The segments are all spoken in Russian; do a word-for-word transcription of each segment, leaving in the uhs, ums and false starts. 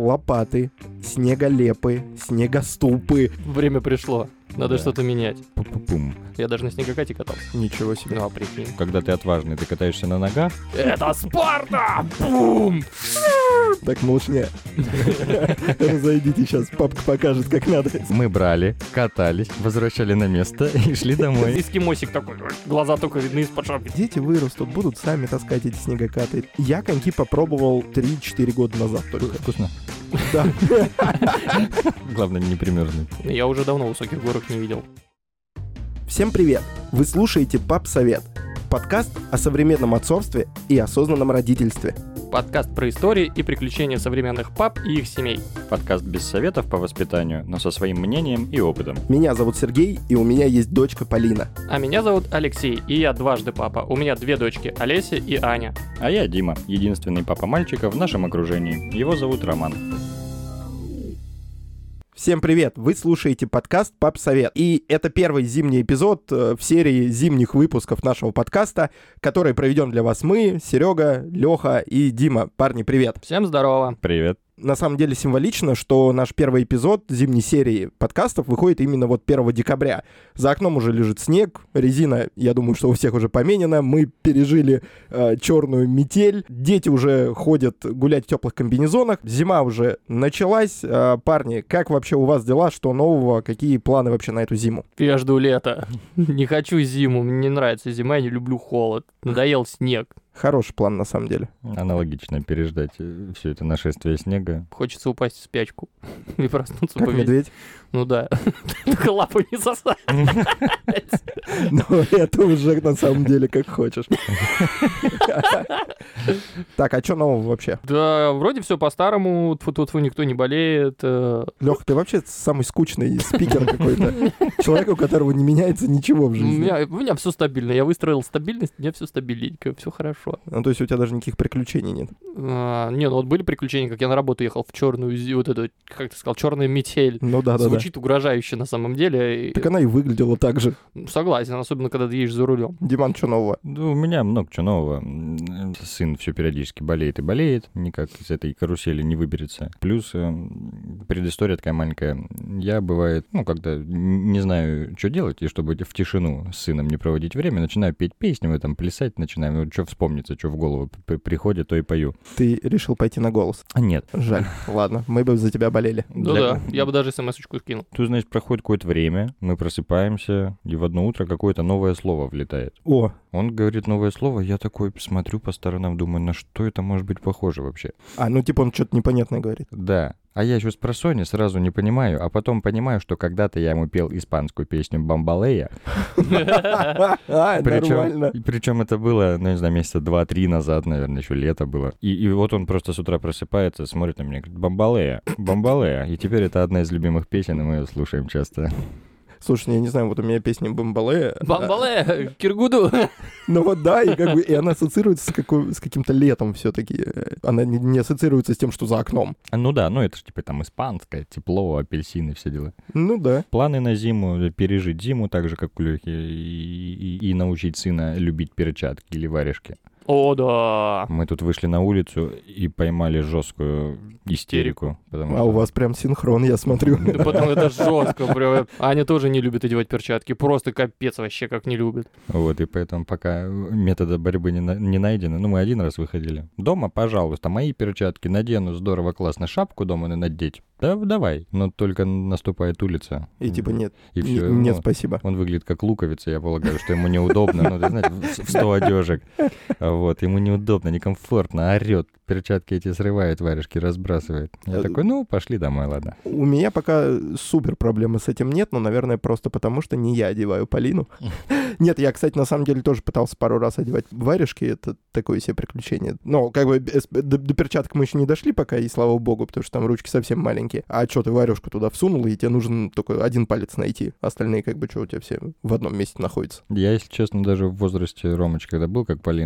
лопаты, снеголепы, снегоступы. Время пришло. Надо Да. что-то менять. Пу-пу-пум. Я даже на снегокате катался. Ничего себе. Ну, а прикинь. Когда ты отважный, ты катаешься на ногах. Это Спарта! Бум! Так, малышня. Разойдите сейчас, папка покажет, как надо. Мы брали, катались, возвращали на место и шли домой. Эскимосик такой, глаза только видны из-под шапки. Дети вырастут, будут сами таскать эти снегокаты. Я коньки попробовал три-четыре года назад только. Вкусно. Да. Главное, не примерзнуть. Я уже давно высоких горок не видел. Всем привет! Вы слушаете «Пап Совет» — подкаст о современном отцовстве и осознанном родительстве. Подкаст про истории и приключения современных пап и их семей. Подкаст без советов по воспитанию, но со своим мнением и опытом. Меня зовут Сергей, и у меня есть дочка Полина. А меня зовут Алексей, и я дважды папа. У меня две дочки, Олеся и Аня. А я Дима, единственный папа мальчика в нашем окружении. Его зовут Роман. Всем привет! Вы слушаете подкаст «Пап Совет». И это первый зимний эпизод э, в серии зимних выпусков нашего подкаста, который проведем для вас мы, Серега, Леха и Дима. Парни, привет! Всем здорово. Привет. На самом деле символично, что наш первый эпизод зимней серии подкастов выходит именно вот первого декабря. За окном уже лежит снег, резина, я думаю, что у всех уже поменена. Мы пережили э, черную метель, дети уже ходят гулять в теплых комбинезонах, зима уже началась. Э, парни, как вообще у вас дела, что нового, какие планы вообще на эту зиму? Я жду лета. Не хочу зиму, мне не нравится зима, я не люблю холод. Надоел снег. Хороший план, на самом деле. Аналогично переждать все это нашествие снега. Хочется упасть в спячку и проснуться Как повесить. медведь? Ну да. Только лапу не сосать. Ну, это уже на самом деле как хочешь. Так, а что нового вообще? Да, вроде все по-старому. Тьфу-тьфу-тьфу, никто не болеет. э, Леха, ты вообще самый скучный спикер какой-то. Человек, у которого не меняется ничего в У жизни. меня, у меня все стабильно. Я выстроил стабильность, у меня все стабильненько, все хорошо. Ну, то есть у тебя даже никаких приключений нет. А, не, ну вот были приключения, как я на работу ехал в черную, зи- вот эту, как ты сказал, черная метель. Ну да, да, да. Звучит угрожающе на самом деле. и- Так она и выглядела так же. Согласен, особенно когда ты едешь за рулем. Диман, что нового? Да, у меня много чего нового. М, Сын все периодически болеет и болеет, никак из этой карусели не выберется. Плюс э, предыстория такая маленькая. Я, бывает, ну, когда н- не знаю, что делать, и чтобы в тишину с сыном не проводить время, начинаю петь песни, мы там плясать начинаем. Вот что вспомнится, что в голову п- приходит, то и пою. Ты решил пойти на голос. А нет. Жаль. Ладно, мы бы за тебя болели. Ну Для- да, я бы даже смс-очку скинул. Тут, значит, проходит какое-то время, мы просыпаемся, и в одно утро какое-то новое слово влетает. О, Он говорит новое слово, я такой смотрю по сторонам, думаю, на что это может быть похоже вообще? а, ну типа он что-то непонятное говорит. Да. А я еще с просони сразу не понимаю, а потом понимаю, что когда-то я ему пел испанскую песню «Бамбалея». А, нормально. Причем, причем это было, ну, не знаю, месяца два-три назад, наверное, еще лето было. И, и вот он просто с утра просыпается, смотрит на меня и говорит «Бамбалея, Бамбалея». И теперь это одна из любимых песен, и мы ее слушаем часто. Слушай, я не знаю, вот у меня песня «Бамбале». Бамбале, Киргуду. Ну вот да, и как бы и она ассоциируется с, какой- с каким-то летом все-таки. Она не, не ассоциируется с тем, что за окном. А, Ну да, ну это же типа там испанское, тепло, апельсины, все дела. Ну да. Планы на зиму, пережить зиму так же, как у Лёхи, и, и- и научить сына любить перчатки или варежки. О, да. Мы тут вышли на улицу и поймали жесткую истерику. Потому А что- у вас прям синхрон, я смотрю. Да потом это жестко, прям. Аня тоже не любит одевать перчатки. Просто капец вообще как не любит. Вот, и поэтому пока метода борьбы не, на- не найдено, ну, мы один раз выходили. Дома, пожалуйста, мои перчатки надену, здорово, классно, шапку дома надеть. Да, давай. Но только наступает улица. И типа нет, И н- все. нет, спасибо. Он выглядит как луковица, я полагаю, что ему неудобно. Ну, ты знаешь, в в сто одежек. Вот, ему неудобно, некомфортно, орет. Перчатки эти срывает, варежки разбрасывает. Я Э, такой, ну, пошли домой, ладно. У меня пока супер проблемы с этим нет, но, наверное, просто потому, что не я одеваю Полину. Нет, я, кстати, на самом деле тоже пытался пару раз одевать варежки, это такое себе приключение. Но как бы без- до, до перчаток мы еще не дошли пока, и слава богу, потому что там ручки совсем маленькие. А что, ты варежку туда всунул, и тебе нужно только один палец найти. Остальные как бы что, у тебя все в одном месте находятся. Я, если честно, даже в возрасте Ромыч, когда был, как Полина,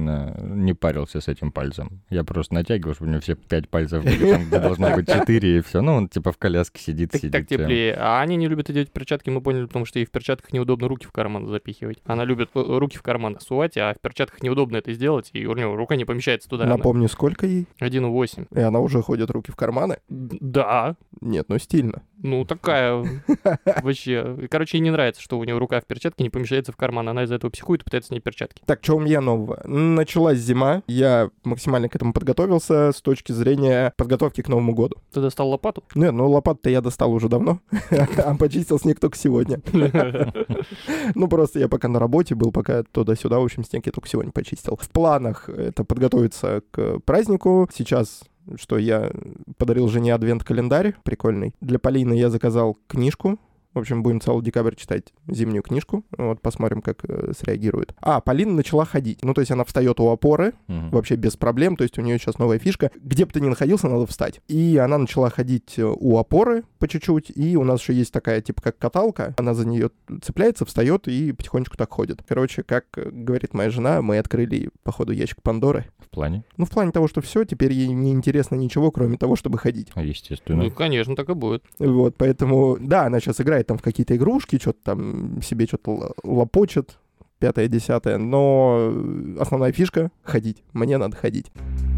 не парился с этим пальцем. Я просто натягивал, чтобы у него все пять пальцев были, там, где должно быть четыре, и все. Ну, он типа в коляске сидит, Так, сидит. так теплее. А они не любят одевать перчатки, мы поняли, потому что ей в перчатках неудобно руки в карман запихивать. Она любит э, руки в карман сувать, а в перчатках неудобно это сделать, и у нее рука не помещается туда. Напомню, сколько ей? один и восемь. И она уже ходит руки в карманы? Да. Нет, ну стильно. Ну, такая вообще. Короче, ей не нравится, что у нее рука в перчатке не помещается в карман. Она из-за этого психует и пытается снять перчатки. Так, что у меня нового? Началась зима, я максимально к этому подготовился с точки зрения подготовки к Новому году. Ты достал лопату? Нет, ну лопату-то я достал уже давно, а почистил снег только сегодня. Ну, просто я пока на работе был, пока туда-сюда, в общем, снег я только сегодня почистил. В планах это подготовиться к празднику. Сейчас что я подарил жене адвент-календарь прикольный. Для Полины я заказал книжку. В общем, будем целый декабрь читать зимнюю книжку. Вот, посмотрим, как э, среагирует. А, Полина начала ходить. Ну, то есть она встает у опоры, Мгм. вообще без проблем. То есть у нее сейчас новая фишка. Где бы ты ни находился, надо встать. И она начала ходить э, у опоры по чуть-чуть. И у нас еще есть такая, типа, как каталка. Она за нее цепляется, встает и потихонечку так ходит. Короче, как э, говорит моя жена, мы открыли, походу, ящик Пандоры. В плане? Ну, в плане того, что все, теперь ей не интересно ничего, кроме того, чтобы ходить. А, Естественно. Ну, конечно, так и будет. Вот, поэтому, да, она сейчас играет там в какие-то игрушки, что-то там себе что-то лопочет, пятое, десятое, но основная фишка — ходить. Мне надо ходить.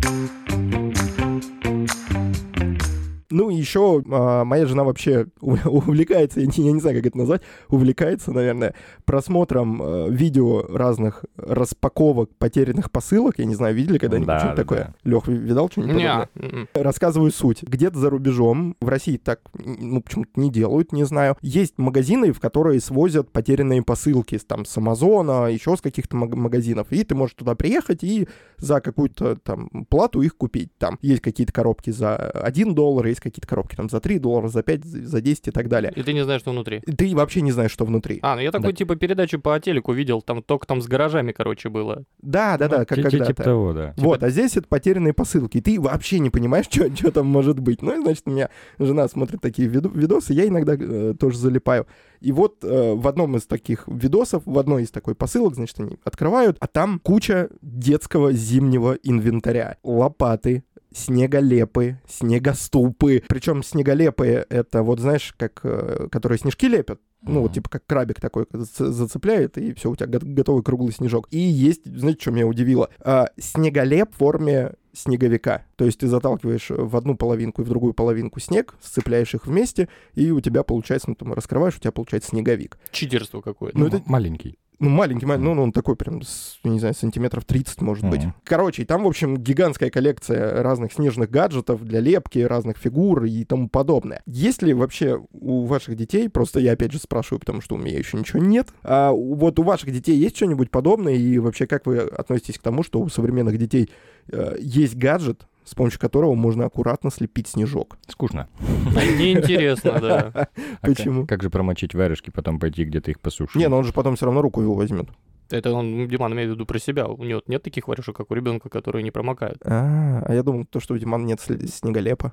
Ну, и еще а, моя жена вообще у- увлекается, я не, я не знаю, как это назвать, увлекается, наверное, просмотром а, видео разных распаковок потерянных посылок. Я не знаю, видели когда-нибудь Да, что-нибудь да, такое? Лех, видал что-нибудь подобное? Не, м-м. Рассказываю суть. Где-то за рубежом, в России так, ну, почему-то не делают, не знаю. Есть магазины, в которые свозят потерянные посылки с, там, с Амазона, еще с каких-то маг- магазинов. И ты можешь туда приехать и за какую-то там плату их купить. Там есть какие-то коробки за один доллар, есть какие-то коробки там за три доллара, за пять, за десять и так далее. И ты не знаешь, что внутри. И ты вообще не знаешь, что внутри. А, ну я такой, Да. типа, передачу по телеку видел, там только там с гаражами, короче, было. Да, да, да, Ну, как ти- ти- когда-то. Типа того, да. Вот, а здесь это потерянные посылки. И ты вообще не понимаешь, что там может быть. Ну, и, значит, у меня жена смотрит такие виду- видосы, я иногда э, тоже залипаю. И вот э, в одном из таких видосов, в одной из такой посылок, значит, они открывают, а там куча детского зимнего инвентаря. Лопаты, снеголепы, снегоступы. Причем снеголепы — это вот, знаешь, как, э, которые снежки лепят. Ну, вот Мгм. типа как крабик такой за- зацепляет, и все, у тебя го- готовый круглый снежок. И есть, знаете, что меня удивило? А, снеголеп в форме снеговика. То есть ты заталкиваешь в одну половинку и в другую половинку снег, сцепляешь их вместе, и у тебя получается, ну, там раскрываешь, у тебя получается снеговик. Читерство какое-то. Ну, Ну, это- это маленький. Ну, маленький, маленький, ну, ну, он такой прям, с, не знаю, сантиметров тридцать, может быть. Мгм. Короче, и там, в общем, гигантская коллекция разных снежных гаджетов для лепки, разных фигур и тому подобное. Есть ли вообще у ваших детей, просто я опять же спрашиваю, потому что у меня еще ничего нет, а у- вот у ваших детей есть что-нибудь подобное, и вообще как вы относитесь к тому, что у современных детей э, есть гаджет, с помощью которого можно аккуратно слепить снежок? Скучно. Неинтересно, да. А Почему? Как, как же промочить варежки, потом пойти где-то их посушить? Не, ну он же потом все равно руку его возьмет. Это он, Диман, имеет в виду про себя. У него нет таких варежек, как у ребенка, которые не промокают. А, а я думал, то, что у Димана нет сли- снеголепа.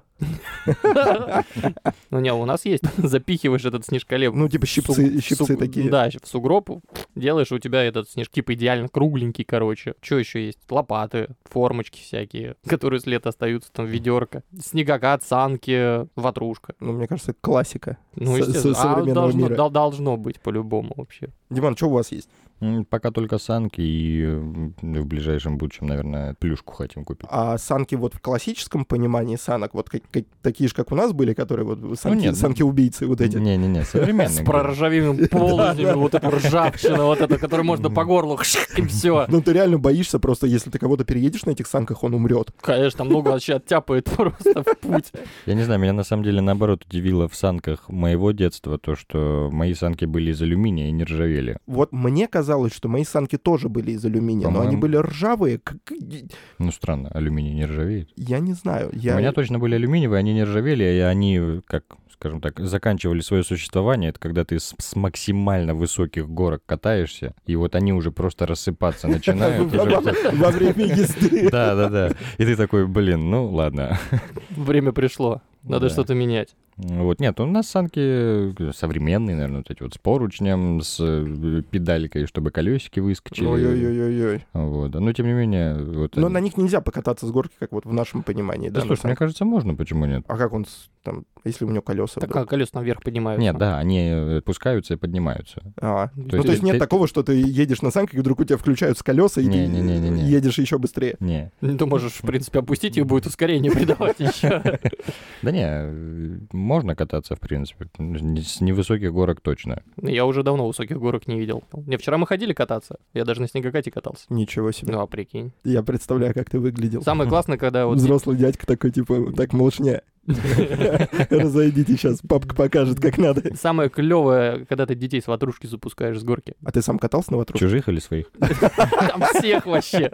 Ну не, у нас есть. Запихиваешь этот снежколеп. Ну, типа в щипцы, суг- щипцы суг- такие. Да, в сугроб делаешь, у тебя этот снег типа идеально кругленький, короче. Что еще есть? Лопаты, формочки всякие, которые с лета остаются, там ведерко, снегокат, санки, ватрушка. Ну, мне кажется, это классика. Ну, Со- естественно. со- А современного должно, мира. дол- должно быть по-любому вообще. Диман, что у вас есть? М, Пока только санки, и э, в ближайшем будущем, наверное, плюшку хотим купить. А санки вот в классическом понимании санок, вот как- как- такие же, как у нас были, которые вот санки, нет, санки-убийцы вот эти? Не-не-не, современные. С говорю. проржавелыми полознями, вот эту ржавчину, вот это, которую можно по горлу, и все. Ну, ты реально боишься просто, если ты кого-то переедешь на этих санках, он умрет. Конечно, там много вообще оттяпает просто в путь. Я не знаю, меня на самом деле наоборот удивило в санках моего детства то, что мои санки были из алюминия и не ржавели. Вот мне казалось, что мои санки тоже были из алюминия, но они По-моему. были ржавые. как- Ну, странно, алюминий не ржавеет. Я не знаю. Я... У меня точно были алюминиевые, они не ржавели, и они, как, скажем так, заканчивали свое существование. Это когда ты с, с максимально высоких горок катаешься, и вот они уже просто рассыпаться начинают. и Во уже- во время езды. Да, да, да. И ты такой, блин, ну ладно. Время пришло. Надо Да. что-то менять. Вот, нет, у нас санки современные, наверное, вот эти вот с поручнем, с э, педалькой, чтобы колесики выскочили. Ой-ой-ой-ой. Вот, но тем не менее... Вот, Но они- на них нельзя покататься с горки, как вот в нашем понимании, Да, да? слушай, на мне самом- кажется, можно, почему нет? А как он с- там, если у него колеса Так вдруг? а колеса наверх поднимаются. Нет, да, они э, пускаются и поднимаются. А, То ну, есть то есть ты- нет ты- такого, что ты едешь на санках, и вдруг у тебя включаются колеса, и ты Не-не-не-не-не. едешь еще быстрее. Не, Ну, Ты можешь, в принципе, опустить и будет ускорение придавать еще. да не, э, можно кататься, в принципе, Не- с невысоких горок точно. Я уже давно высоких горок не видел. Не, вчера мы ходили кататься. Я даже на снегокате катался. Ничего себе. Ну, а прикинь. Я представляю, как ты выглядел. Самое классное, когда вот... Взрослый дядька такой, типа, так, малышня, разойдите сейчас, папка покажет, как надо. Самое клевое, когда ты детей с ватрушки запускаешь с горки. А ты сам катался на ватрушке? Чужих или своих? Там всех вообще.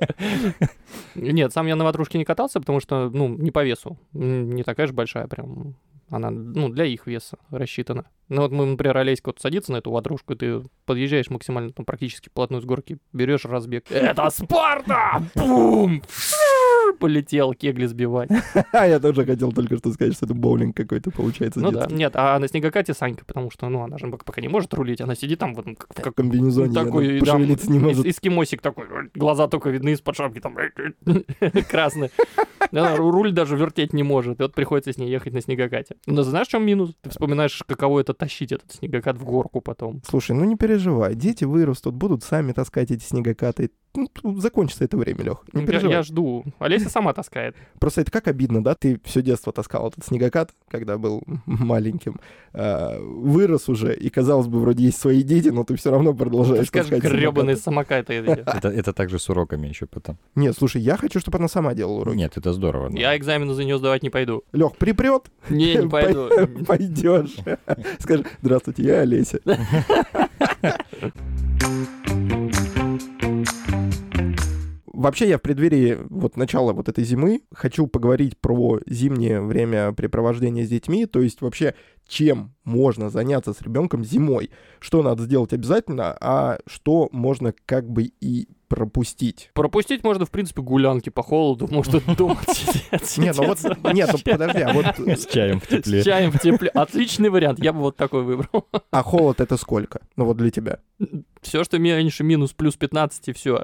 Нет, сам я на ватрушке не катался, потому что, ну, не по весу. М, Не такая же большая прям. Она, ну, для их веса рассчитана. Ну, вот мы, например, Олеська вот садится на эту ватрушку, и ты подъезжаешь максимально, там, практически вплотную с горки, берешь разбег. Это Спарта! Бум! Полетел кегли сбивать. Я тоже хотел только что сказать, что это боулинг какой-то получается. Ну да, детский. нет, а на снегокате Санька, потому что, ну, она же пока не может рулить, она сидит там вот как в В комбинезоне такой, она да, пошевелиться не эс- может. эскимосик такой, глаза только видны из-под шапки, там красные. Она руль даже вертеть не может, и вот приходится с ней ехать на снегокате. Но знаешь, в чем минус? Ты вспоминаешь, каково это тащить этот снегокат в горку потом. Слушай, ну не переживай, дети вырастут, будут сами таскать эти снегокаты. Ну, тут закончится это время, Лех. Не Я, переживай. я жду. Олеся сама таскает. Просто это как обидно, да? Ты все детство таскал этот снегокат, когда был маленьким. А, вырос уже, и, казалось бы, вроде есть свои дети, но ты все равно продолжаешь Скажешь, таскать гребаный самокат. самокат. это- Это, это также с уроками еще потом. Нет, слушай, я хочу, чтобы она сама делала уроки. Нет, это здорово. но- Я экзамены за нее сдавать не пойду. Лех, припрет, Не, не пойду. пойдешь. Скажи, здравствуйте, я Олеся. Вообще, я в преддверии вот начала вот этой зимы хочу поговорить про зимнее времяпрепровождение с детьми, то есть вообще, чем можно заняться с ребенком зимой, что надо сделать обязательно, а что можно как бы и пропустить. Пропустить можно, в принципе, гулянки по холоду, может, дома сидеть. Нет, ну вот, сидеться нет, ну вообще. подожди, а вот, С чаем в тепле. С чаем в тепле. Отличный вариант. Я бы вот такой выбрал. а холод это сколько? Ну вот для тебя. Все, что меньше минус плюс пятнадцать, и все.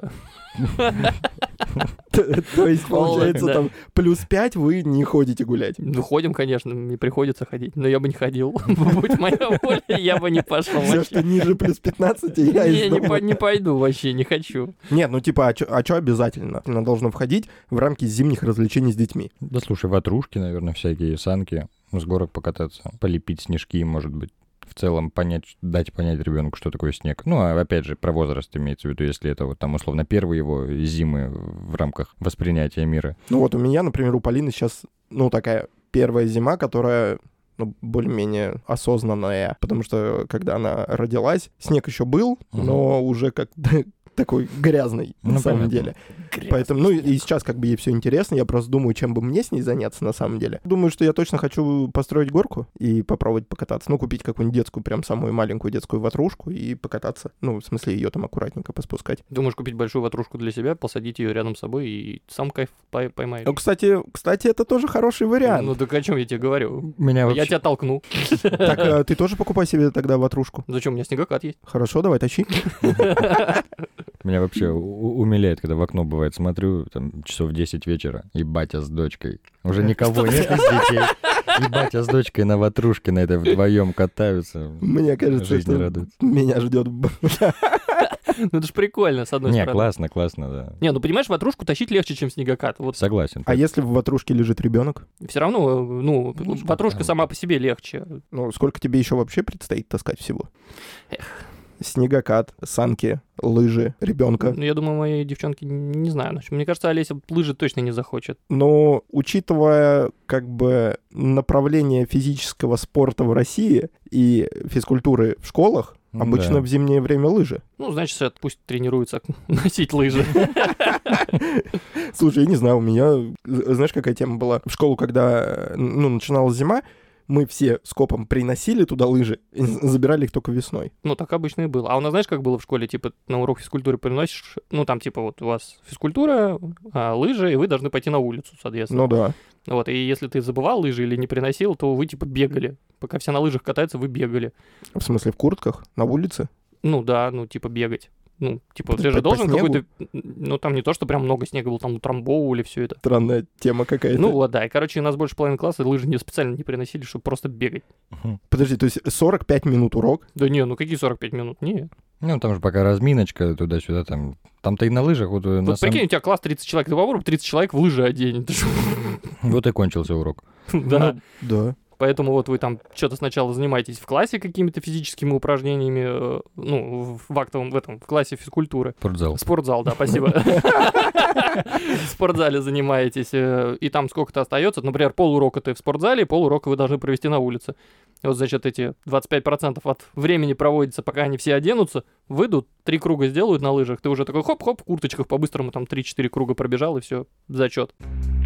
То есть, Холод, получается, да. там плюс пять вы не ходите гулять. Ну, ходим, конечно, мне приходится ходить, но я бы не ходил. Будь моя воля, я бы не пошел Все, вообще. что ниже плюс пятнадцать, я Не, из не, дома. по- не пойду вообще, не хочу. Нет, ну типа, а что обязательно? Оно должно входить в рамки зимних развлечений с детьми. Да слушай, ватрушки, наверное, всякие, санки, с горок покататься, полепить снежки, может быть. В целом понять, дать понять ребенку, что такое снег. Ну, а опять же, про возраст имеется в виду, если это вот там, условно, первые его зимы в рамках воспринятия мира. Ну вот у меня, например, у Полины сейчас, ну, такая первая зима, которая, ну, более-менее осознанная, потому что, когда она родилась, снег еще был, Мгм. но уже как такой грязный, на Ну, самом понятно. деле. Поэтому, ну, и сейчас как бы ей все интересно, я просто думаю, чем бы мне с ней заняться на самом деле. Думаю, что я точно хочу построить горку и попробовать покататься. Ну, купить какую-нибудь детскую, прям самую маленькую детскую ватрушку и покататься. Ну, в смысле, ее там аккуратненько поспускать. Думаешь купить большую ватрушку для себя, посадить ее рядом с собой и сам кайф пой- поймаешь? Ну, кстати, кстати, это тоже хороший вариант. Ну так о чем я тебе говорю? Меня Я вообще... тебя толкну. Так, э, ты тоже покупай себе тогда ватрушку. Зачем? У меня снегокат есть. Хорошо, давай, тащи. Меня вообще у- умиляет, когда в окно, бывает, смотрю, там, часов десять вечера, и батя с дочкой. Уже никого нет из детей. И батя с дочкой на ватрушке на этой вдвоем катаются. Мне кажется, Жизнь не что радует. меня ждет. Ну это ж прикольно, с одной Не, стороны. классно, классно, да. Не, ну понимаешь, ватрушку тащить легче, чем снегокат. Вот Согласен. А если в ватрушке лежит ребенок? все равно, ну, Ну, что ватрушка там? сама по себе легче. Ну, сколько тебе еще вообще предстоит таскать всего? Снегокат, санки, лыжи, ребенка. Ну, я думаю, мои девчонки, не знаю. ну, Мне кажется, Олеся лыжи точно не захочет. Но учитывая как бы направление физического спорта в России и физкультуры в школах, Ну обычно да. в зимнее время лыжи. Ну, значит, это пусть тренируется носить лыжи. Слушай, я не знаю, у меня, знаешь, какая тема была? В школу, когда ну, начиналась зима, мы все с копом приносили туда лыжи и забирали их только весной. Ну, так обычно и было. А у нас, знаешь, как было в школе? Типа, на урок физкультуры приносишь, ну, там, типа, вот у вас физкультура, а, лыжи, и вы должны пойти на улицу, соответственно. Ну да. Вот, и если ты забывал лыжи или не приносил, то вы, типа, бегали Пока все на лыжах катаются, вы бегали. В смысле, в куртках? На улице? Ну да, ну типа бегать. Ну, типа, По- ты же по- должен по снегу? какой-то... Ну, там не то, что прям много снега было, там утрамбовывали все это. Странная тема какая-то. Ну вот, да. И, короче, у нас больше половины класса лыжи не специально не приносили, чтобы просто бегать. Подожди, то есть сорок пять минут урок? Да не, ну какие сорок пять минут? Не. Ну, там же пока разминочка туда-сюда, там... Там-то и на лыжах, вот, на Вот самом- прикинь, у тебя класс тридцать человек, ты попробуй тридцать человек в лыжи одень. Ты ж- Вот и кончился урок. Да. Да. Поэтому вот вы там что-то сначала занимаетесь в классе какими-то физическими упражнениями, э, ну, в актовом, в этом, в классе физкультуры. Спортзал. Спортзал, да, спасибо. В спортзале занимаетесь, э, и там сколько-то остается. Например, полурока ты в спортзале, полурока вы должны провести на улице. И вот, значит, эти двадцать пять процентов от времени проводится, пока они все оденутся, выйдут, три круга сделают на лыжах, ты уже такой хоп-хоп, в курточках по-быстрому там три-четыре круга пробежал, и все, зачет.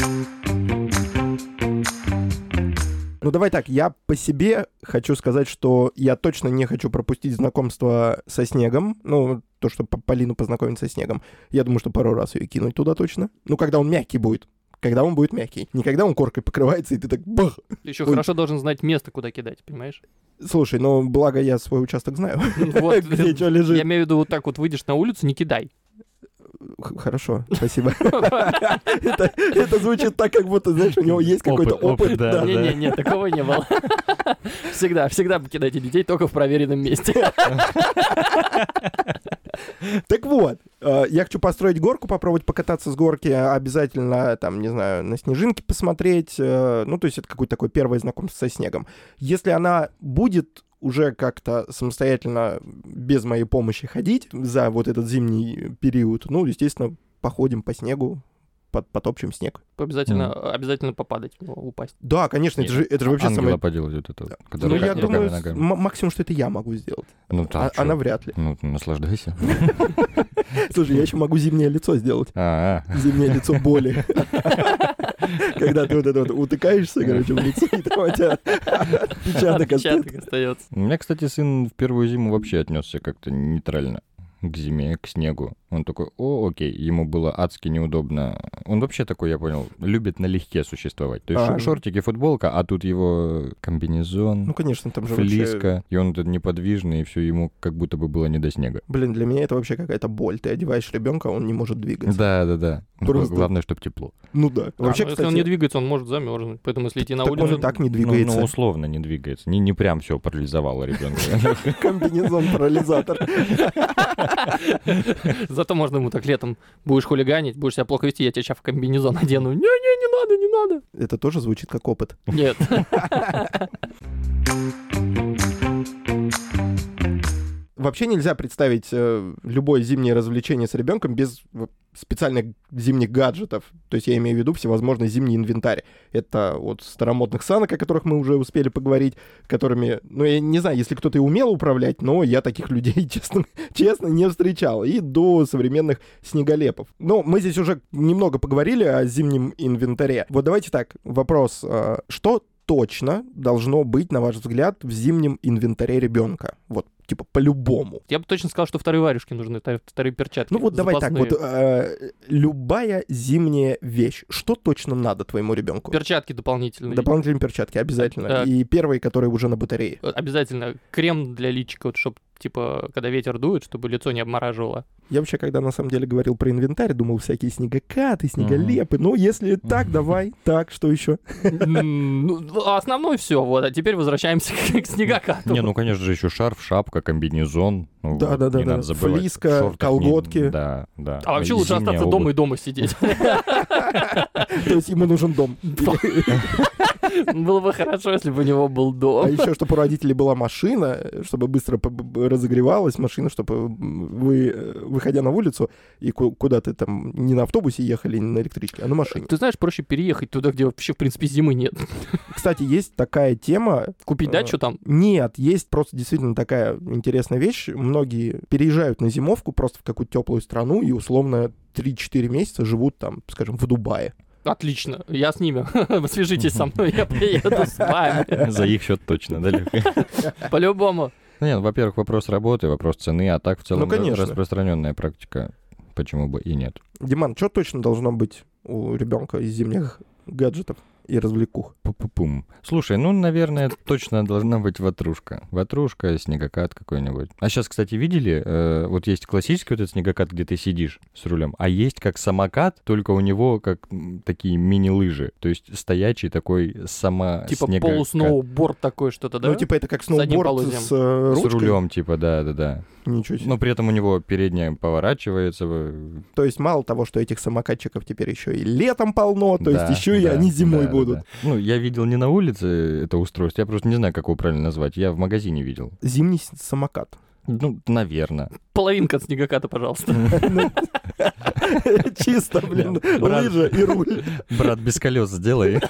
Ну давай так, я по себе хочу сказать, что я точно не хочу пропустить знакомство со снегом. Ну, то, что П- Полину познакомить со снегом. Я думаю, что пару раз ее кинуть туда точно. Ну, когда он мягкий будет. Когда он будет мягкий. Не когда он коркой покрывается, и ты так бах. Ты еще Ой. хорошо должен знать место, куда кидать, понимаешь? Слушай, ну благо я свой участок знаю. Вот, Где что я лежит. имею в виду, вот так вот выйдешь на улицу, не кидай. Х- Хорошо, спасибо. Это это звучит так, как будто, знаешь, у него есть какой-то Опыт, опыт, опыт. да. да. Не-не-не, такого не было. Всегда, всегда покидайте детей только в проверенном месте. Так вот, э, я хочу построить горку, попробовать покататься с горки, обязательно, там, не знаю, на снежинки посмотреть, э, ну, то есть это какое-то такое первое знакомство со снегом. Если она будет уже как-то самостоятельно, без моей помощи ходить за вот этот зимний период, ну, естественно, походим по снегу, под- потопчем снег. Обязательно, обязательно попадать, ну, упасть. Да, конечно, это же, это же вообще Ангела самое... поделать вот это вот, когда Ну, рука- я руками, думаю, с- ногами. м- максимум, что это я могу сделать. Ну, А- там, чё? она вряд ли. Ну, наслаждайся. Слушай, я еще могу зимнее лицо сделать. А, а. Зимнее лицо боли. Когда ты вот это вот утыкаешься, короче, в лицо, и там у тебя отпечаток остается. Отпечаток остается. У меня, кстати, сын в первую зиму вообще отнесся как-то нейтрально к зиме, к снегу. Он такой, о, окей, ему было адски неудобно. Он вообще такой, я понял, любит налегке существовать. То есть А, шо- ну. шортики, футболка, а тут его комбинезон, Ну, конечно, там же вообще... флиска, и он тут неподвижный, и все ему как будто бы было не до снега. Блин, для меня это вообще какая-то боль. Ты одеваешь ребенка, он не может двигаться. Да, да, да. Просто- Главное, чтобы тепло. Ну да. А, Вообще, ну, кстати, если он не двигается, он может замерзнуть. Поэтому, если идти на так он улицу... и так не Ну, двигается. ну, условно не двигается. Не, не прям все парализовало ребенка. Комбинезон-парализатор. Зато можно ему так летом будешь хулиганить, будешь себя плохо вести, я тебя сейчас в комбинезон одену. Не-не, не надо, не надо. Это тоже звучит как опыт. Нет. Вообще нельзя представить э, любое зимнее развлечение с ребенком без в- специальных зимних гаджетов. То есть я имею в виду всевозможный зимний инвентарь. Это от старомодных санок, о которых мы уже успели поговорить, которыми, ну, я не знаю, если кто-то и умел управлять, но я таких людей, честно, честно, не встречал. И до современных снеголепов. Но мы здесь уже немного поговорили о зимнем инвентаре. Вот давайте так, вопрос. э, Что точно должно быть, на ваш взгляд, в зимнем инвентаре ребенка? Вот, типа, по-любому. Я бы точно сказал, что вторые варежки нужны, втор- вторые перчатки. Ну вот давай так, запасные. вот э, любая зимняя вещь, что точно надо твоему ребенку? Перчатки дополнительные. Дополнительные перчатки, обязательно. Так. И первые, которые уже на батарее. Э, Обязательно крем для личика, вот, чтобы, типа, когда ветер дует, чтобы лицо не обмораживало. Я вообще, когда на самом деле говорил про инвентарь, думал всякие снегокаты, снеголепы. Ну, если так, давай. Так, что еще? М, ну, основное все, вот. А теперь возвращаемся к к снегокату. Не, ну, конечно же, еще шарф, шапка, комбинезон. Ну, Да, вот, да, да, не да. надо забывать. Флиска, В шортах не- колготки. Да, да. А вообще лучше Зимняя остаться обувь. дома и дома сидеть. То есть ему нужен дом. Было бы хорошо, если бы у него был А дом. еще, чтобы у родителей была машина, чтобы быстро п- п- разогревалась машина, чтобы вы, э, выходя на улицу, и ку- куда-то там не на автобусе ехали, не на электричке, а на машине. Ты знаешь, проще переехать туда, где вообще, в принципе, зимы нет. Кстати, есть такая тема... Купить э, дачу там. Нет, есть просто действительно такая интересная вещь. Многие переезжают на зимовку просто в какую-то теплую страну и условно три-четыре месяца живут там, скажем, в Дубае. Отлично, я с ними. Свяжитесь со мной, я приеду с вами. За их счет точно, да, Лёх? По-любому. Ну, нет, во-первых, вопрос работы, вопрос цены, а так в целом Ну, конечно. распространенная практика. Почему бы и нет? Диман, что точно должно быть у ребенка из зимних гаджетов и развлекух. Пу-пу-пум. Слушай, ну, наверное, точно должна быть ватрушка. Ватрушка, снегокат какой-нибудь. А сейчас, кстати, видели, э, вот есть классический вот этот снегокат, где ты сидишь с рулем, а есть как самокат, только у него как м, такие мини-лыжи. То есть стоячий такой сама Типа снегокат. полусноуборд такой что-то, да? Ну, типа это как С одним сноуборд полозьем. с э, С ручкой. рулем, типа, да-да-да. Ничего себе. Но при этом у него передняя поворачивается. э, То есть мало того, что этих самокатчиков теперь еще и летом полно, то да, есть еще и да, они зимой да, будут. да, да. Ну, я видел не на улице это устройство, я просто не знаю, как его правильно назвать. Я в магазине видел. Зимний с- самокат. Ну, наверное. Половинка от снегоката, пожалуйста. Чисто, блин, Да, брат. лыжа и руль. Брат, без колес сделай.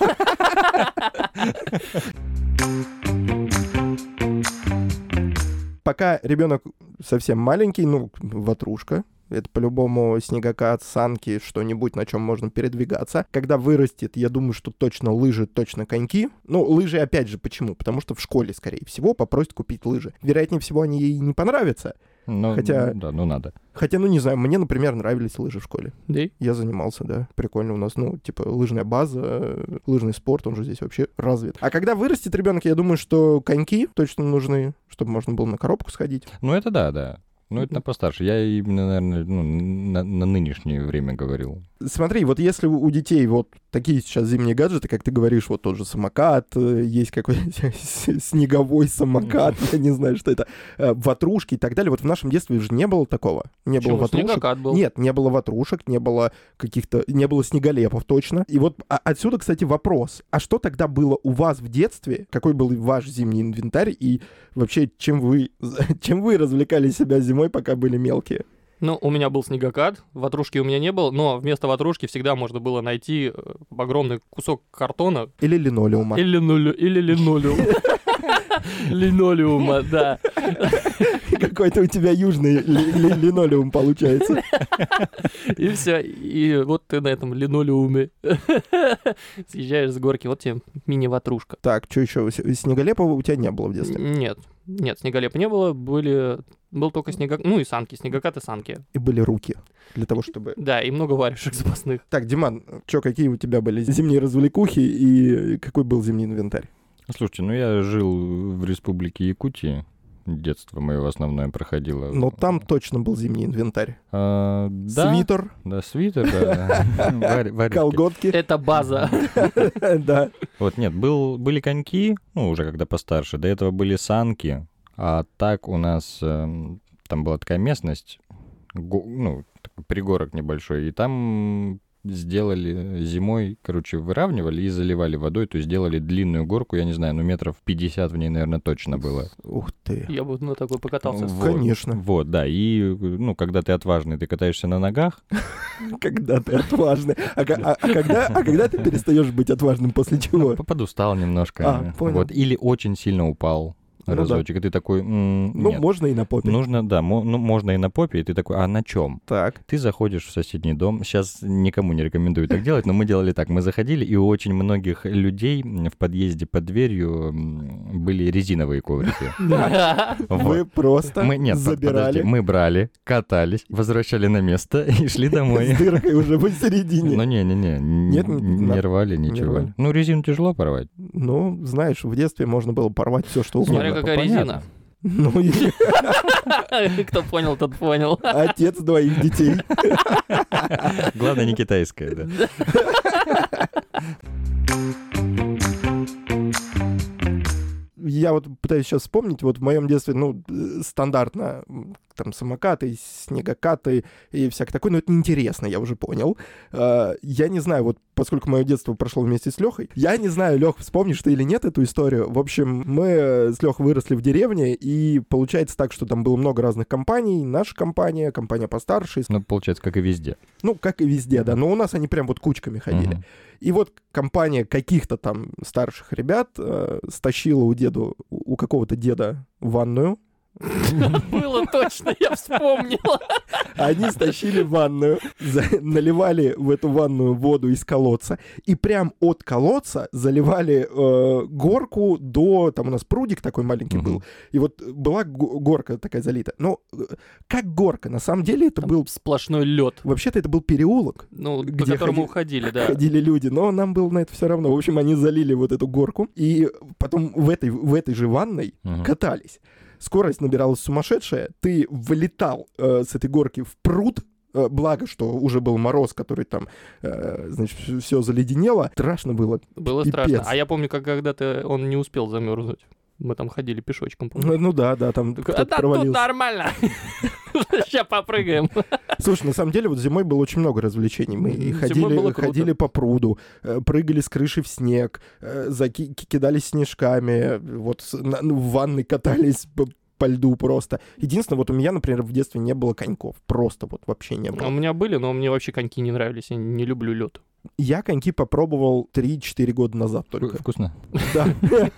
Пока ребенок совсем маленький, ну, ватрушка, это по-любому снегокат, санки, что-нибудь, на чем можно передвигаться. Когда вырастет, я думаю, что точно лыжи, точно коньки. Ну, лыжи, опять же, почему? Потому что в школе, скорее всего, попросят купить лыжи. Вероятнее всего, они ей не понравятся. Ну, Хотя- ну, да, ну надо. Хотя, ну, не знаю, мне, например, нравились лыжи в школе. Да? Я занимался, да. Прикольно у нас, ну, типа, лыжная база, э, лыжный спорт, он же здесь вообще развит. А когда вырастет ребенок, я думаю, что коньки точно нужны, чтобы можно было на коробку сходить. Ну, это да, да. Ну, это на постарше. Я именно, наверное, ну, на, на нынешнее время говорил. Смотри, вот если у у детей вот такие сейчас зимние гаджеты, как ты говоришь, вот тот же самокат, э, есть какой-то снеговой самокат, я не знаю, что это, э, ватрушки и так далее. Вот в нашем детстве же не было такого. Не было Почему? ватрушек. Снегокат был. Нет, не было ватрушек, не было каких-то, не было снеголепов точно. И вот а- отсюда, кстати, вопрос. А что тогда было у вас в детстве? Какой был ваш зимний инвентарь? И вообще, чем вы, чем вы развлекали себя зимой, пока были мелкие? Ну, у меня был снегокат, ватрушки у меня не было, но вместо ватрушки всегда можно было найти э, огромный кусок картона Или линолеума? или, нулю, или линолеум. Линолеума, да. Какой-то у тебя южный ли- ли- линолеум получается. И все. И вот ты на этом линолеуме съезжаешь с горки, вот тебе мини-ватрушка. Так, что еще? Снеголепого у тебя не было в детстве? Нет, нет, снеголепа не было, были... Был только снегокат, ну и санки, снегокат и санки. И были руки для того, чтобы... Да, и много варежек запасных. Так, Диман, что, какие у тебя были зимние развлекухи и какой был зимний инвентарь? Слушайте, ну я жил в республике Якутии. Детство мое основное проходило. Но там точно был зимний инвентарь. А, да, Свитер, да, свитер, да. Варь- варежки. колготки. Это база. Да. Вот, нет, был, были коньки, ну, уже когда постарше. До этого были санки. А так у нас эм, там была такая местность, го- ну, такой пригорок небольшой, и там сделали зимой, короче, выравнивали и заливали водой, то есть сделали длинную горку, я не знаю, ну, метров пятьдесят в ней, наверное, точно было. Ух ты. Я бы на такой покатался. Вот. Конечно. Вот, да, и, ну, когда ты отважный, ты катаешься на ногах, Когда ты отважный. А, ка- а- а когда, а когда ты перестаешь быть отважным, после чего? ну, подустал немножко. А, понял. Вот, или очень сильно упал Ну да. разочек, и ты такой, «М, Ну, нет». можно и на попе. Нужно, да, мо- ну, можно и на попе, и ты такой, а на чем? Так. Ты заходишь в соседний дом. Сейчас никому не рекомендую так делать, но мы делали так. Мы заходили, и у очень многих людей в подъезде под дверью м, были резиновые коврики. Вы Вот. просто Мы, нет, под- забирали подожди, мы брали, катались, возвращали на место и шли домой. с дыркой уже посередине. Ну, не-не-не, Нет, не на- рвали ничего. рвали. Ну, резину тяжело порвать. Ну, знаешь, в детстве можно было порвать все, что Смотря угодно. какая понятно. резина. Ну, и Кто понял, тот понял. отец двоих детей. Главное, не китайская, да. Я вот пытаюсь сейчас вспомнить, вот в моем детстве, ну, э, стандартно, м, там, самокаты, снегокаты и всякое такое, но это неинтересно, я уже понял. Э, Я не знаю, вот поскольку мое детство прошло вместе с Лехой, я не знаю, Лех, вспомнишь ты или нет эту историю. В общем, мы э, с Лехой выросли в деревне, и получается так, что там было много разных компаний, наша компания, компания постарше, Ну, получается, как и везде. ну, как и везде, да, но у нас они прям вот кучками ходили. Мгм. И вот компания каких-то там старших ребят э, стащила у деду, у какого-то деда ванную, Было точно, я вспомнил. Они стащили ванную, за- наливали в эту ванную воду из колодца, и прям от колодца заливали э, горку до... Там у нас прудик такой маленький Мгм. был, и вот была го- горка такая залита. Но э, как горка? На самом деле это Там был... сплошной лед, Вообще-то это был переулок, ну, по Где которому ходи- уходили, да. ходили люди, но нам было на это все равно. В общем, они залили вот эту горку, и потом в этой, в этой же ванной Мгм. катались. Скорость набиралась сумасшедшая, ты вылетал э, с этой горки в пруд, э, благо, что уже был мороз, который там, э, значит, все заледенело. Страшно было. Было Пипец. страшно. А я помню, как когда-то он не успел замерзнуть. Мы там ходили пешочком, помню. Ну, ну да, да, там Такой, кто-то «А да, тут провалился. нормально. Сейчас попрыгаем. Слушай, на самом деле вот зимой было очень много развлечений. Мы и Зимой ходили, было круто. ходили по пруду, э, прыгали с крыши в снег, э, заки- кидались снежками, вот с- на- ну, в ванной катались по, по льду просто. Единственное, вот у меня, например, в детстве не было коньков. Просто вот вообще не У было. меня были, но мне вообще коньки не нравились. Я не люблю лед. Я коньки попробовал три-четыре года назад только. Вкусно. Да.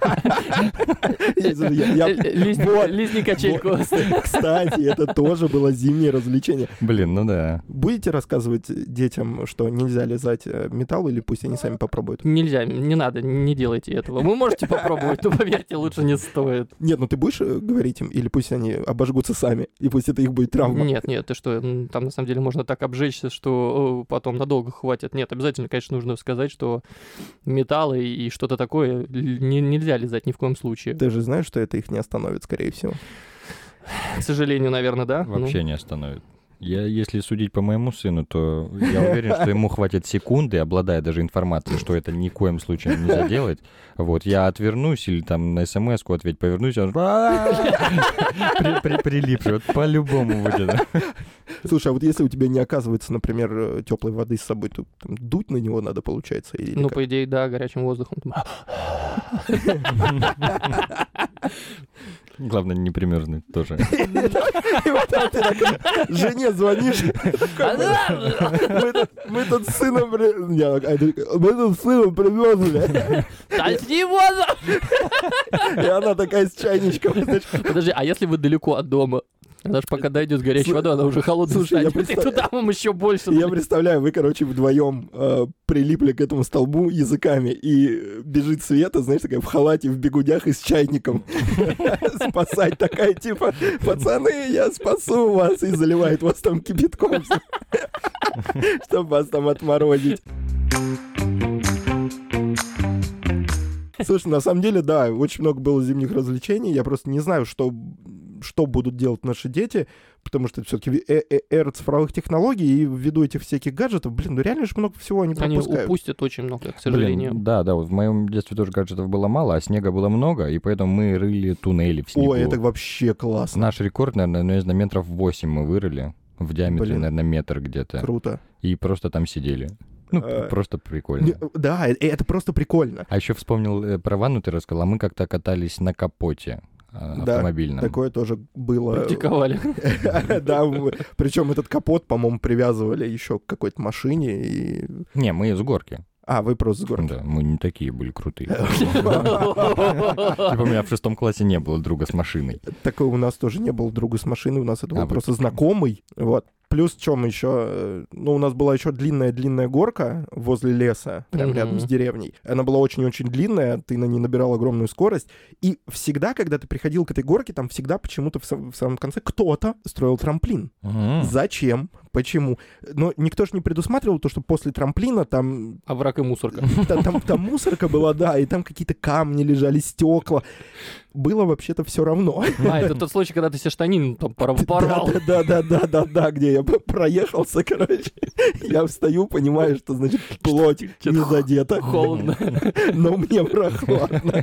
Я- я- вот. Лизни качельку. Кстати, это тоже было зимнее развлечение. Блин, ну да. Будете рассказывать детям, что нельзя лизать э, металл, или пусть они сами попробуют? Нельзя, не надо, не делайте этого. Вы можете попробовать, но поверьте, лучше не стоит. Нет, ну ты будешь э, говорить им, или пусть они обожгутся сами, и пусть это их будет травма? Нет, нет, ты что, м, там на самом деле можно так обжечься, что э, потом надолго хватит. Нет, обязательно, конечно, нужно сказать, что металлы и что-то такое л- не- нельзя лизать ни в коем случае. Ты же знаешь, что это их не остановит, скорее всего. К сожалению, наверное, да? Ну, Вообще не остановит. Я, если судить по моему сыну, то я уверен, что ему хватит секунды, обладая даже информацией, что это ни в коем случае нельзя делать. Вот, я отвернусь или там на смс-ку ответь, повернусь, он при- при- прилипший, вот по-любому будет. Слушай, а вот если у тебя не оказывается, например, теплой воды с собой, то там, дуть на него надо, получается? Или Ну, как? по идее, да, горячим воздухом. Главное, не примерзнуть тоже. И вот так ты так жене звонишь. Мы тут- Мы тут с сыном... при- Не, а, Мы тут с сыном примерзли. Дальше воздух! И она такая с чайничком. знаешь, Подожди, а если вы далеко от дома? Она же пока дойдет с горячей Слушай, водой, она уже холодная слушай, я станет. И представ- туда вам еще больше. Я представляю, вы, короче, вдвоем э, прилипли к этому столбу языками, и бежит Света, знаешь, такая в халате, в бегудях и с чайником. Спасать такая, типа, пацаны, я спасу вас, и заливает вас там кипятком, чтобы вас там отморозить. Слушай, на самом деле, да, очень много было зимних развлечений. Я просто не знаю, что, что будут делать наши дети, потому что это все-таки эра цифровых технологий, и ввиду этих всяких гаджетов, блин, ну реально же много всего они Они пропускают. упустят очень много, к сожалению. Блин, да, да, вот в моем детстве тоже гаджетов было мало, а снега было много, и поэтому мы рыли туннели в снегу. Ой, это вообще классно. Наш рекорд, наверное, ну, я знаю, метров восемь мы вырыли, в диаметре, Блин. наверное, метр где-то, Круто. и просто там сидели. Ну, Э, просто прикольно. Не, Да, э, это просто прикольно. А еще вспомнил э, про ванну, ты рассказал, а мы как-то катались на капоте э, Да, автомобильном. Такое тоже было. Практиковали. Да, причем этот капот, по-моему, привязывали еще к какой-то машине. И... Не, мы с горки. А, вы просто с горки. Да, мы не такие были крутые. Типа у меня в шестом классе не было друга с машиной. Такого у нас тоже не было друга с машиной, у нас это был А, вы- просто знакомый. Вот. Плюс, чем еще, ну, у нас была еще длинная-длинная горка возле леса, прям Мгм. рядом с деревней. Она была очень-очень длинная, ты на ней набирал огромную скорость. И всегда, когда ты приходил к этой горке, там всегда почему-то в, сам- в самом конце кто-то строил трамплин. Мгм. Зачем? Почему? Но никто же не предусматривал то, что после трамплина там, А враг и мусорка. та- там, там мусорка была, да, и там какие-то камни лежали, стекла. Было вообще-то все равно. А, это тот случай, когда ты себе штанин там пор- порвал. Да, да, да, да, да, где я п- проехался, короче. Я встаю, понимаю, что, значит, плоть Чё-то не задета, Холодно. но мне прохладно.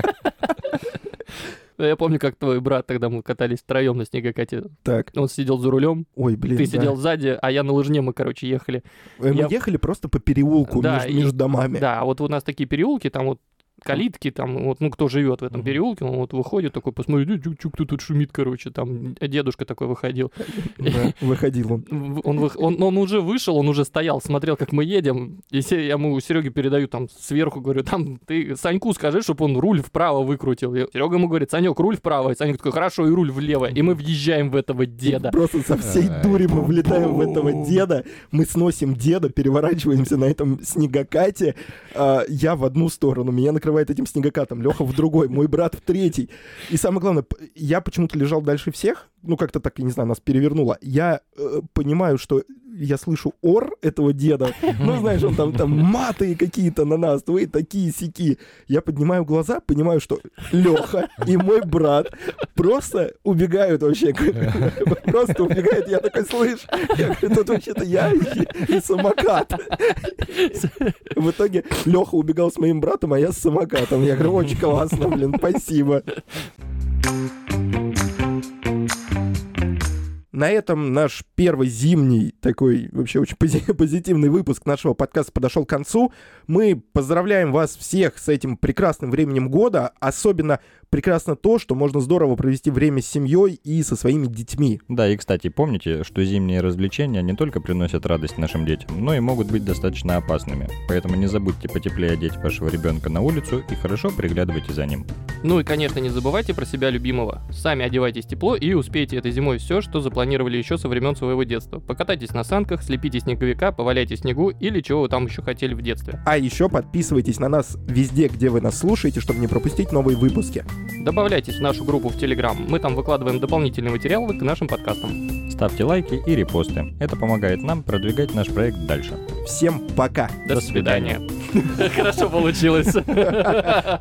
Я помню, как твой брат, тогда мы катались втроем на снегокате. Так, Он сидел за рулем, ой, блин, ты да. сидел сзади, а я на лыжне, мы, короче, ехали. Э, Мы я- ехали просто по переулку Да, между, и- между домами. Да, а вот у нас такие переулки, там вот калитки, там, вот, ну, кто живет в этом переулке, он вот выходит такой, посмотрит, чё кто тут шумит, короче, там, дедушка такой выходил. Да, выходил он. Он, вы- он. Он уже вышел, он уже стоял, смотрел, как мы едем, и се- я ему Сереге передаю там сверху, говорю, там, ты Саньку скажи, чтобы он руль вправо выкрутил. Серега ему говорит, Санек, руль вправо, и Санек такой, хорошо, и руль влево, и мы въезжаем в этого деда. Просто со всей Ай. дури мы влетаем в этого деда, мы сносим деда, переворачиваемся на этом снегокате. А, я в одну сторону, меня накрывает этим снегокатом, Леха в другой, мой брат в третий. И самое главное, п- я почему-то лежал дальше всех, ну как-то так, я не знаю, нас перевернуло. Я э, понимаю, что я слышу ор этого деда. Ну, знаешь, он там, там маты какие-то на нас, вы такие сики. Я поднимаю глаза, понимаю, что Леха и мой брат просто убегают вообще. Просто убегают. Я такой, слышь, я говорю, тут вообще-то я и, и самокат. В итоге Леха убегал с моим братом, а я с самокатом. Я говорю, очень классно, блин, спасибо. На этом наш первый зимний такой вообще очень пози- позитивный выпуск нашего подкаста подошел к концу. Мы поздравляем вас всех с этим прекрасным временем года. Особенно прекрасно то, что можно здорово провести время с семьей и со своими детьми. Да, и, кстати, помните, что зимние развлечения не только приносят радость нашим детям, но и могут быть достаточно опасными. Поэтому не забудьте потеплее одеть вашего ребенка на улицу и хорошо приглядывайте за ним. Ну и, конечно, не забывайте про себя любимого. Сами одевайтесь тепло и успейте этой зимой все, что запланировали еще со времен своего детства. Покатайтесь на санках, слепите снеговика, поваляйте в снегу или чего вы там еще хотели в детстве. А еще подписывайтесь на нас везде, где вы нас слушаете, чтобы не пропустить новые выпуски. Добавляйтесь в нашу группу в Телеграм. Мы там выкладываем дополнительные материалы к нашим подкастам. Ставьте лайки и репосты. Это помогает нам продвигать наш проект дальше. Всем пока! До До свидания. свидания. Хорошо получилось.